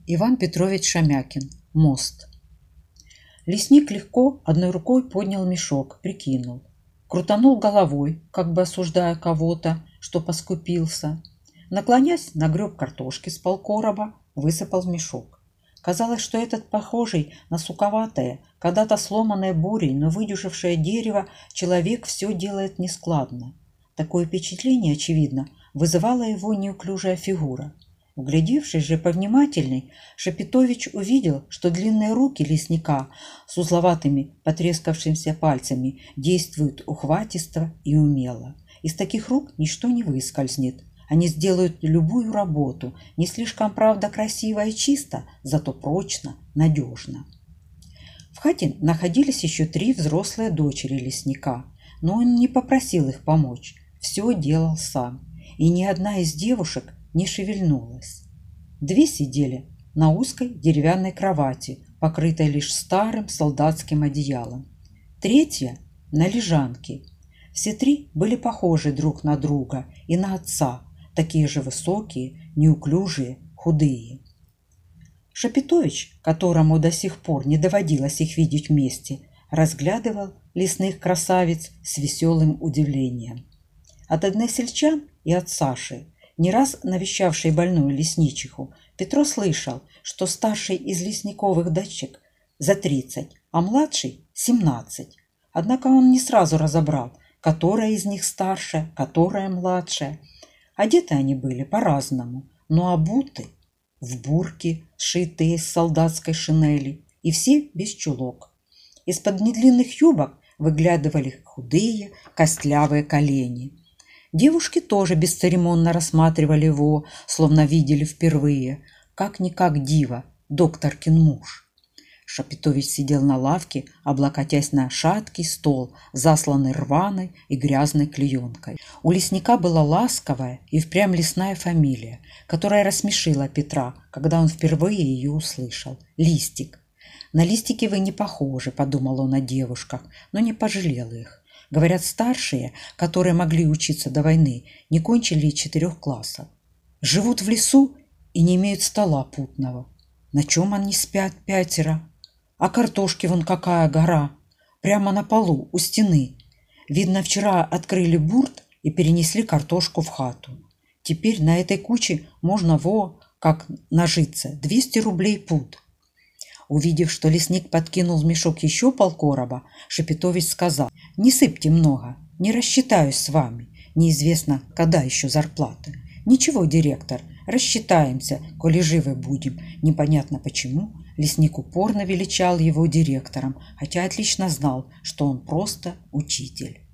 Иван Петрович Шамякин. Мост. Лесник легко одной рукой поднял мешок, прикинул. Крутанул головой, как бы осуждая кого-то, что поскупился. Наклонясь, нагреб картошки с полкороба, высыпал в мешок. Казалось, что этот похожий на суковатое, когда-то сломанное бурей, но выдюжившее дерево, человек все делает нескладно. Такое впечатление, очевидно, вызывала его неуклюжая фигура. Углядевшись же повнимательней, Шапитович увидел, что длинные руки лесника с узловатыми потрескавшимися пальцами действуют ухватисто и умело. Из таких рук ничто не выскользнет. Они сделают любую работу, не слишком, правда, красиво и чисто, зато прочно, надежно. В хате находились еще 3 взрослые дочери лесника, но он не попросил их помочь, все делал сам, и ни одна из девушек не шевельнулась. 2 сидели на узкой деревянной кровати, покрытой лишь старым солдатским одеялом. 3 на лежанке. Все 3 были похожи друг на друга и на отца, такие же высокие, неуклюжие, худые. Шапитович, которому до сих пор не доводилось их видеть вместе, разглядывал лесных красавиц с веселым удивлением. От односельчан и от Саши, не раз навещавшей больную лесничиху, Петро слышал, что старший из лесниковых дочек за 30, а младший 17. Однако он не сразу разобрал, которая из них старшая, которая младшая. Одеты они были по-разному, но обуты в бурки, сшитые из солдатской шинели, и все без чулок. Из-под недлинных юбок выглядывали худые, костлявые колени. Девушки тоже бесцеремонно рассматривали его, словно видели впервые. Как-никак дива, докторкин муж. Шапитович сидел на лавке, облокотясь на шаткий стол, засланный рваной и грязной клеенкой. У лесника была ласковая и впрямь лесная фамилия, которая рассмешила Петра, когда он впервые ее услышал. Листик. «На листики вы не похожи», — подумал он о девушках, но не пожалел их. Говорят, старшие, которые могли учиться до войны, не кончили 4 классов. Живут в лесу и не имеют стола путного. На чем они спят 5? А картошки вон какая гора. Прямо на полу, у стены. Видно, вчера открыли бурт и перенесли картошку в хату. Теперь на этой куче можно как нажиться. 200 рублей пуд. Увидев, что лесник подкинул в мешок еще полкороба, Шапитович сказал: «Не сыпьте много, не рассчитаюсь с вами. Неизвестно, когда еще зарплата». «Ничего, директор, рассчитаемся, коли живы будем». Непонятно почему лесник упорно величал его директором, хотя отлично знал, что он просто учитель.